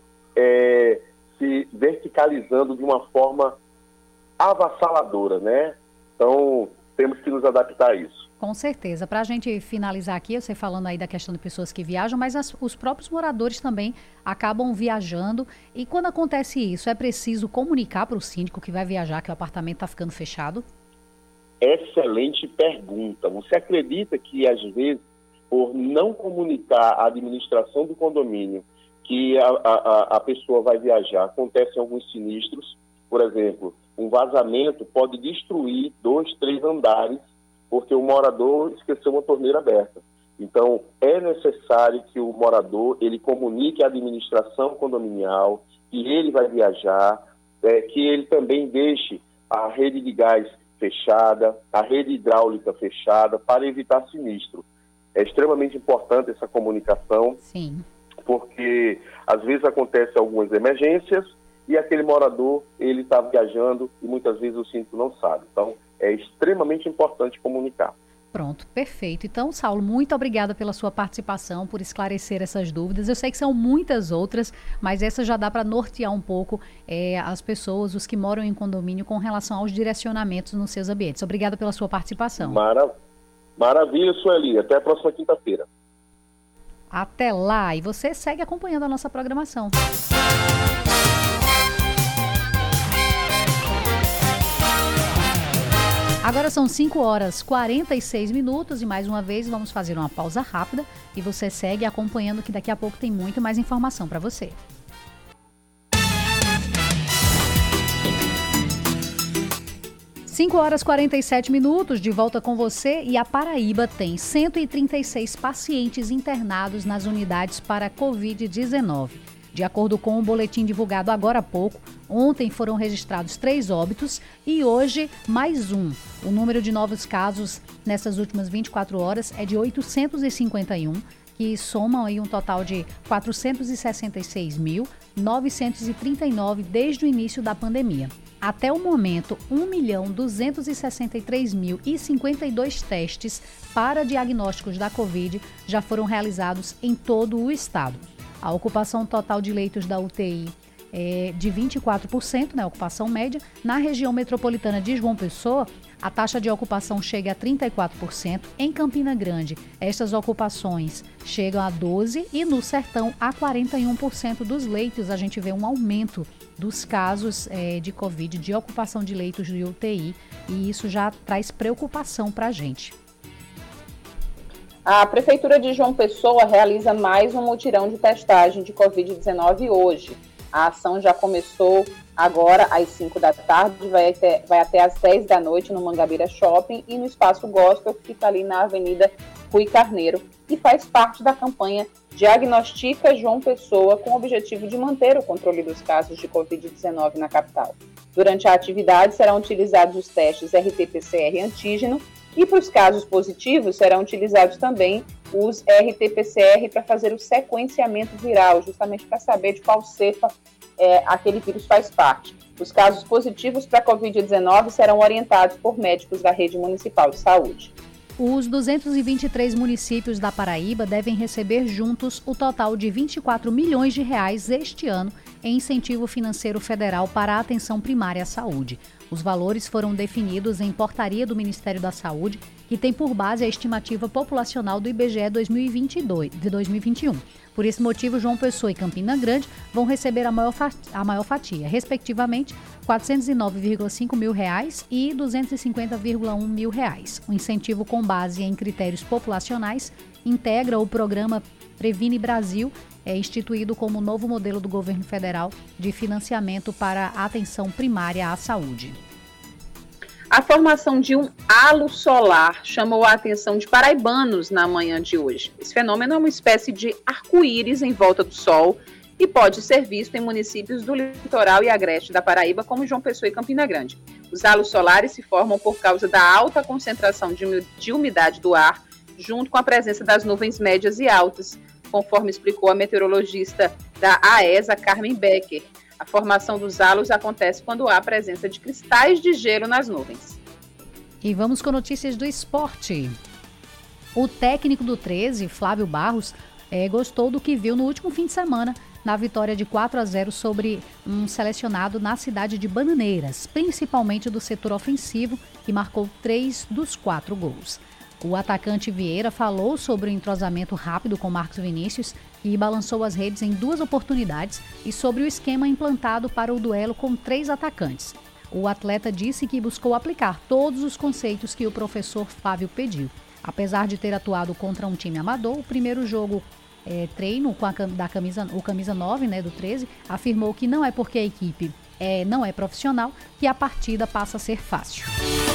se verticalizando de uma forma avassaladora, né? Então, temos que nos adaptar a isso. Com certeza. Para a gente finalizar aqui, você falando aí da questão de pessoas que viajam, mas os próprios moradores também acabam viajando. E quando acontece isso, é preciso comunicar para o síndico que vai viajar que o apartamento está ficando fechado? Excelente pergunta. Você acredita que, às vezes, por não comunicar à administração do condomínio que a pessoa vai viajar, acontecem alguns sinistros? Por exemplo, um vazamento pode destruir 2, 3 andares porque o morador esqueceu uma torneira aberta. Então, é necessário que o morador ele comunique à administração condominial que ele vai viajar, que ele também deixe a rede de gás fechada, a rede hidráulica fechada, para evitar sinistro. É extremamente importante essa comunicação. Sim. Porque às vezes acontecem algumas emergências e aquele morador ele está viajando e muitas vezes o síndico não sabe. Então, é extremamente importante comunicar. Pronto, perfeito. Então, Saulo, muito obrigada pela sua participação, por esclarecer essas dúvidas. Eu sei que são muitas outras, mas essa já dá para nortear um pouco as pessoas, os que moram em condomínio, com relação aos direcionamentos nos seus ambientes. Obrigada pela sua participação. Maravilha, Sueli. Até a próxima quinta-feira. Até lá. E você segue acompanhando a nossa programação. Agora são 5h46 e mais uma vez vamos fazer uma pausa rápida e você segue acompanhando que daqui a pouco tem muito mais informação para você. Cinco horas 47 de volta com você e a Paraíba tem 136 pacientes internados nas unidades para Covid-19. De acordo com o boletim divulgado agora há pouco, ontem foram registrados 3 óbitos e hoje mais um. O número de novos casos nessas últimas 24 horas é de 851, que somam aí um total de 466.939 desde o início da pandemia. Até o momento, 1.263.052 testes para diagnósticos da Covid já foram realizados em todo o estado. A ocupação total de leitos da UTI é de 24%, né, ocupação média. Na região metropolitana de João Pessoa, a taxa de ocupação chega a 34%. Em Campina Grande, estas ocupações chegam a 12% e no Sertão a 41% dos leitos. A gente vê um aumento dos casos de Covid, de ocupação de leitos de UTI, e isso já traz preocupação para a gente. A Prefeitura de João Pessoa realiza mais um mutirão de testagem de Covid-19 hoje. A ação já começou agora às 5 da tarde, vai até às 10 da noite no Mangabeira Shopping e no Espaço Gospel, que fica ali na Avenida Rui Carneiro, e faz parte da campanha Diagnostica João Pessoa, com o objetivo de manter o controle dos casos de Covid-19 na capital. Durante a atividade serão utilizados os testes RT-PCR antígeno e para os casos positivos serão utilizados também os RT-PCR para fazer o sequenciamento viral, justamente para saber de qual cepa aquele vírus faz parte. Os casos positivos para a Covid-19 serão orientados por médicos da Rede Municipal de Saúde. Os 223 municípios da Paraíba devem receber juntos o total de R$24 milhões este ano em incentivo financeiro federal para a atenção primária à saúde. Os valores foram definidos em portaria do Ministério da Saúde, que tem por base a estimativa populacional do IBGE de 2021. Por esse motivo, João Pessoa e Campina Grande vão receber a maior fatia, respectivamente, R$ 409,5 mil e R$ 250,1 mil. O incentivo, com base em critérios populacionais, integra o programa Previne Brasil, instituído como novo modelo do governo federal de financiamento para a atenção primária à saúde. A formação de um halo solar chamou a atenção de paraibanos na manhã de hoje. Esse fenômeno é uma espécie de arco-íris em volta do Sol e pode ser visto em municípios do litoral e agreste da Paraíba, como João Pessoa e Campina Grande. Os halos solares se formam por causa da alta concentração de umidade do ar, junto com a presença das nuvens médias e altas, conforme explicou a meteorologista da AESA, Carmen Becker. A formação dos halos acontece quando há a presença de cristais de gelo nas nuvens. E vamos com notícias do esporte. O técnico do 13, Flávio Barros, gostou do que viu no último fim de semana na vitória de 4-0 sobre um selecionado na cidade de Bananeiras, principalmente do setor ofensivo, que marcou 3 dos 4 gols. O atacante Vieira falou sobre o entrosamento rápido com Marcos Vinícius e balançou as redes em 2 oportunidades e sobre o esquema implantado para o duelo com 3 atacantes. O atleta disse que buscou aplicar todos os conceitos que o professor Flávio pediu. Apesar de ter atuado contra um time amador, o primeiro jogo treino com o camisa 9, do 13, afirmou que não é porque a equipe não é profissional que a partida passa a ser fácil.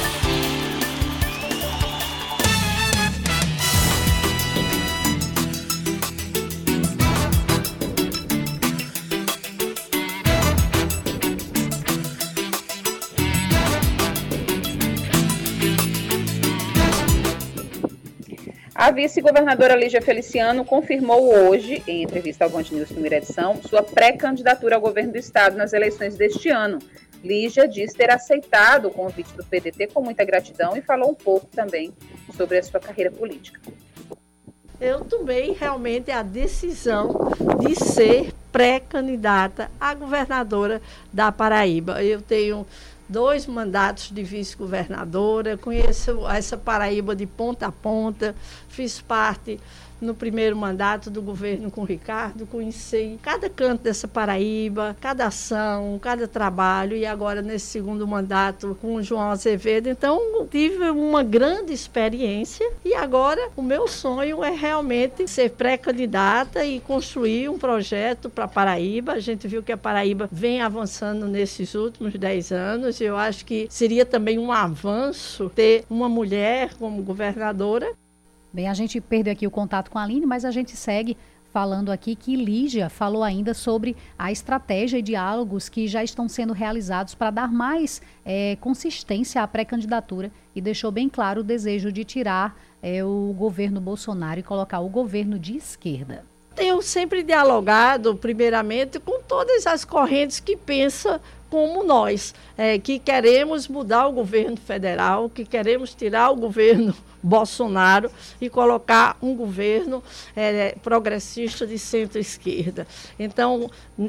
A vice-governadora Lígia Feliciano confirmou hoje, em entrevista ao Band News primeira edição, sua pré-candidatura ao governo do estado nas eleições deste ano. Lígia diz ter aceitado o convite do PDT com muita gratidão e falou um pouco também sobre a sua carreira política. Eu tomei realmente a decisão de ser pré-candidata a governadora da Paraíba. Eu tenho 2 mandatos de vice-governadora, conheço essa Paraíba de ponta a ponta, fiz parte no primeiro mandato do governo com o Ricardo, conheci cada canto dessa Paraíba, cada ação, cada trabalho, e agora nesse segundo mandato com o João Azevedo. Então, tive uma grande experiência e agora o meu sonho é realmente ser pré-candidata e construir um projeto para a Paraíba. A gente viu que a Paraíba vem avançando nesses últimos 10 anos e eu acho que seria também um avanço ter uma mulher como governadora. Bem, a gente perdeu aqui o contato com a Aline, mas a gente segue falando aqui que Lígia falou ainda sobre a estratégia e diálogos que já estão sendo realizados para dar mais consistência à pré-candidatura e deixou bem claro o desejo de tirar o governo Bolsonaro e colocar o governo de esquerda. Tenho sempre dialogado, primeiramente, com todas as correntes que pensam como nós, que queremos mudar o governo federal, que queremos tirar o governo Bolsonaro e colocar um governo progressista de centro-esquerda. Então,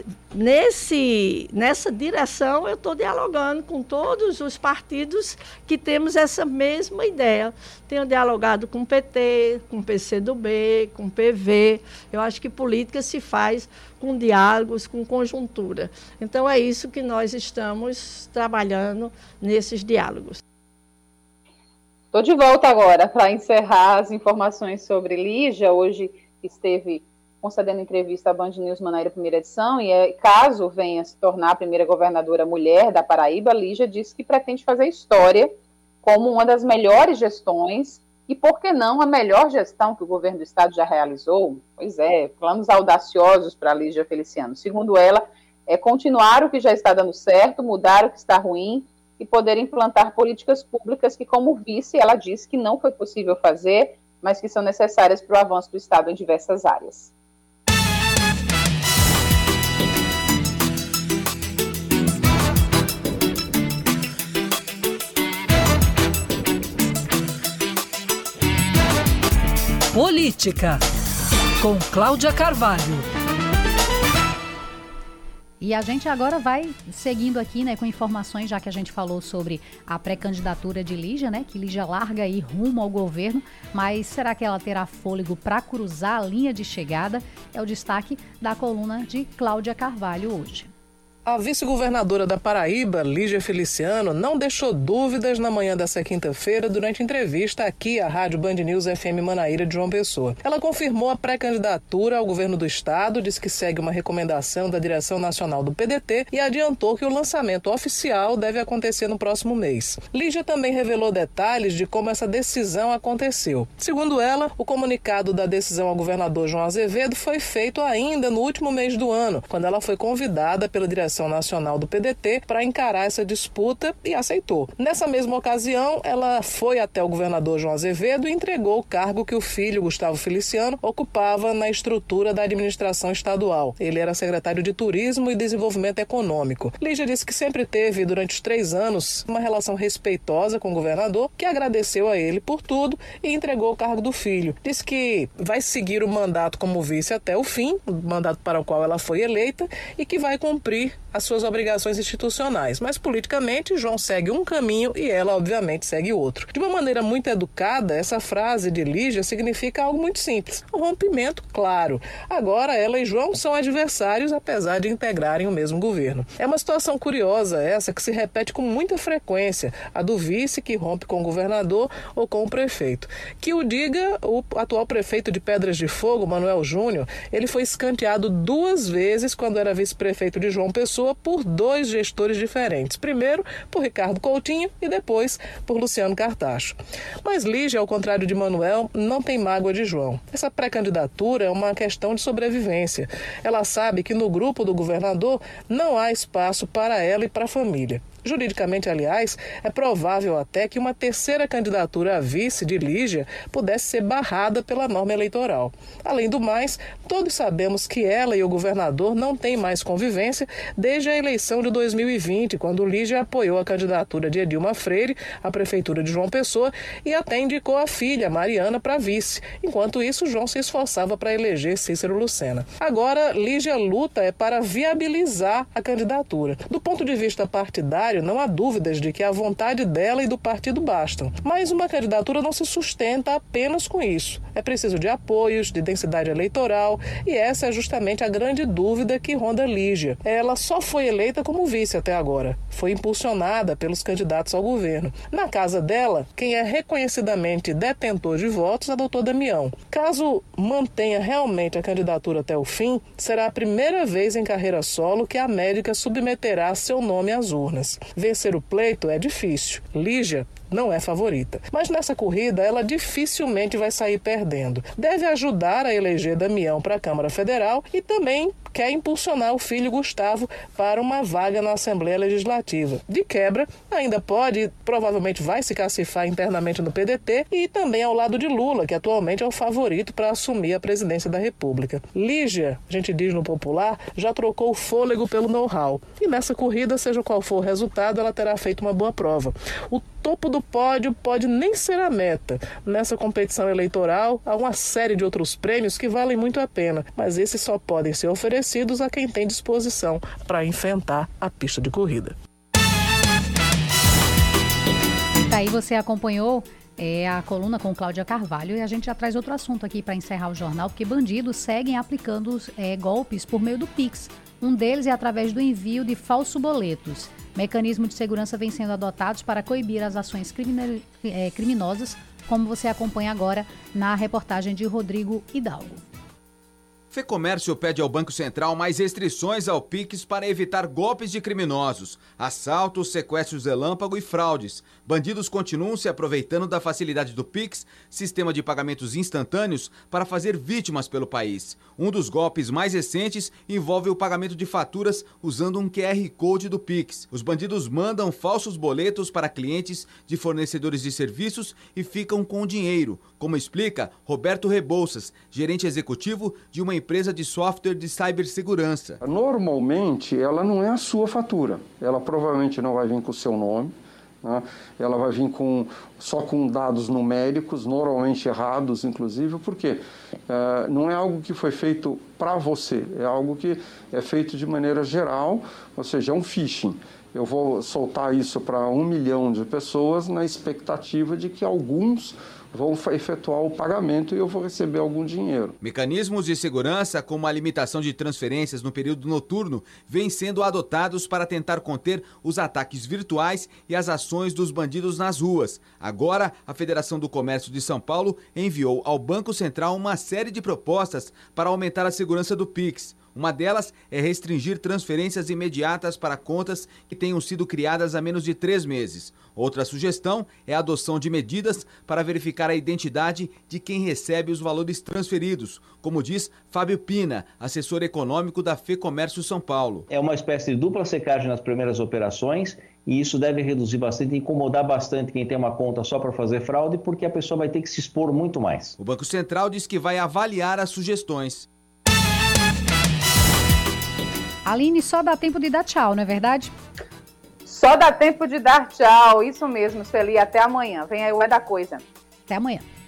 nessa direção, eu estou dialogando com todos os partidos que temos essa mesma ideia. Tenho dialogado com o PT, com o PCdoB, com o PV. Eu acho que política se faz com diálogos, com conjuntura. Então, é isso que nós estamos trabalhando nesses diálogos. Estou de volta agora para encerrar as informações sobre Lígia. Hoje esteve concedendo entrevista à Band News Manaíra, primeira edição, e caso venha se tornar a primeira governadora mulher da Paraíba, Lígia disse que pretende fazer história como uma das melhores gestões e, por que não, a melhor gestão que o governo do estado já realizou. Pois é, planos audaciosos para Lígia Feliciano. Segundo ela, é continuar o que já está dando certo, mudar o que está ruim, e poder implantar políticas públicas que, como vice, ela disse que não foi possível fazer, mas que são necessárias para o avanço do Estado em diversas áreas. Política, com Cláudia Carvalho. E a gente agora vai seguindo aqui, né, com informações, já que a gente falou sobre a pré-candidatura de Lígia, né, que Lígia larga aí rumo ao governo, mas será que ela terá fôlego para cruzar a linha de chegada? É o destaque da coluna de Cláudia Carvalho hoje. A vice-governadora da Paraíba, Lígia Feliciano, não deixou dúvidas na manhã dessa quinta-feira durante entrevista aqui à Rádio Band News FM Manaíra de João Pessoa. Ela confirmou a pré-candidatura ao governo do estado, disse que segue uma recomendação da direção nacional do PDT e adiantou que o lançamento oficial deve acontecer no próximo mês. Lígia também revelou detalhes de como essa decisão aconteceu. Segundo ela, o comunicado da decisão ao governador João Azevedo foi feito ainda no último mês do ano, quando ela foi convidada pela direção nacional do PDT para encarar essa disputa e aceitou. Nessa mesma ocasião, ela foi até o governador João Azevedo e entregou o cargo que o filho, Gustavo Feliciano, ocupava na estrutura da administração estadual. Ele era secretário de Turismo e Desenvolvimento Econômico. Lígia disse que sempre teve, durante os 3 anos, uma relação respeitosa com o governador, que agradeceu a ele por tudo e entregou o cargo do filho. Disse que vai seguir o mandato como vice até o fim, o mandato para o qual ela foi eleita, e que vai cumprir as suas obrigações institucionais. Mas, politicamente, João segue um caminho e ela, obviamente, segue outro. De uma maneira muito educada, essa frase de Lígia significa algo muito simples. Um rompimento, claro. Agora, ela e João são adversários, apesar de integrarem o mesmo governo. É uma situação curiosa essa que se repete com muita frequência, a do vice que rompe com o governador ou com o prefeito. Que o diga o atual prefeito de Pedras de Fogo, Manuel Júnior, ele foi escanteado 2 vezes quando era vice-prefeito de João Pessoa por 2 gestores diferentes. Primeiro por Ricardo Coutinho e depois por Luciano Cartacho. Mas Lígia, ao contrário de Manuel, não tem mágoa de João. Essa pré-candidatura é uma questão de sobrevivência. Ela sabe que no grupo do governador não há espaço para ela e para a família. Juridicamente, aliás, é provável até que uma terceira candidatura a vice de Lígia pudesse ser barrada pela norma eleitoral. Além do mais, todos sabemos que ela e o governador não têm mais convivência desde a eleição de 2020, quando Lígia apoiou a candidatura de Edilma Freire à prefeitura de João Pessoa e até indicou a filha, Mariana, para vice. Enquanto isso, João se esforçava para eleger Cícero Lucena. Agora, Lígia luta para viabilizar a candidatura. Do ponto de vista partidário, não há dúvidas de que a vontade dela e do partido bastam. Mas uma candidatura não se sustenta apenas com isso. É preciso de apoios, de densidade eleitoral, e essa é justamente a grande dúvida que ronda Lígia. Ela só foi eleita como vice até agora. Foi impulsionada pelos candidatos ao governo. Na casa dela, quem é reconhecidamente detentor de votos é o doutor Damião. Caso mantenha realmente a candidatura até o fim, será a primeira vez em carreira solo que a médica submeterá seu nome às urnas. Vencer o pleito é difícil. Lígia não é favorita. Mas nessa corrida, ela dificilmente vai sair perdendo. Deve ajudar a eleger Damião para a Câmara Federal e também quer impulsionar o filho Gustavo para uma vaga na Assembleia Legislativa. De quebra, ainda pode, provavelmente vai se cacifar internamente no PDT e também ao lado de Lula, que atualmente é o favorito para assumir a presidência da República. Lígia, a gente diz no popular, já trocou o fôlego pelo know-how. E nessa corrida, seja qual for o resultado, ela terá feito uma boa prova. O topo do pódio pode nem ser a meta. Nessa competição eleitoral, há uma série de outros prêmios que valem muito a pena, mas esses só podem ser oferecidos a quem tem disposição para enfrentar a pista de corrida. Daí você acompanhou a coluna com Cláudia Carvalho e a gente já traz outro assunto aqui para encerrar o jornal, porque bandidos seguem aplicando golpes por meio do Pix. Um deles é através do envio de falsos boletos. Mecanismos de segurança vêm sendo adotados para coibir as ações criminosas, como você acompanha agora na reportagem de Rodrigo Hidalgo. Fecomércio pede ao Banco Central mais restrições ao Pix para evitar golpes de criminosos, assaltos, sequestros relâmpago e fraudes. Bandidos continuam se aproveitando da facilidade do Pix, sistema de pagamentos instantâneos, para fazer vítimas pelo país. Um dos golpes mais recentes envolve o pagamento de faturas usando um QR Code do Pix. Os bandidos mandam falsos boletos para clientes de fornecedores de serviços e ficam com o dinheiro, como explica Roberto Rebouças, gerente executivo de uma empresa de software de cibersegurança. Normalmente, ela não é a sua fatura. Ela provavelmente não vai vir com o seu nome, né? Ela vai vir só com dados numéricos, normalmente errados, inclusive, porque não é algo que foi feito para você, é algo que é feito de maneira geral, ou seja, é um phishing. Eu vou soltar isso para 1 milhão de pessoas na expectativa de que alguns vão efetuar o pagamento e eu vou receber algum dinheiro. Mecanismos de segurança, como a limitação de transferências no período noturno, vêm sendo adotados para tentar conter os ataques virtuais e as ações dos bandidos nas ruas. Agora, a Federação do Comércio de São Paulo enviou ao Banco Central uma série de propostas para aumentar a segurança do Pix. Uma delas é restringir transferências imediatas para contas que tenham sido criadas há menos de 3 meses. Outra sugestão é a adoção de medidas para verificar a identidade de quem recebe os valores transferidos, como diz Fábio Pina, assessor econômico da Fecomércio São Paulo. É uma espécie de dupla secagem nas primeiras operações e isso deve reduzir bastante, incomodar bastante quem tem uma conta só para fazer fraude, porque a pessoa vai ter que se expor muito mais. O Banco Central diz que vai avaliar as sugestões. Aline, só dá tempo de dar tchau, não é verdade? Só dá tempo de dar tchau, isso mesmo, Sueli. Até amanhã. Vem aí o É da Coisa. Até amanhã.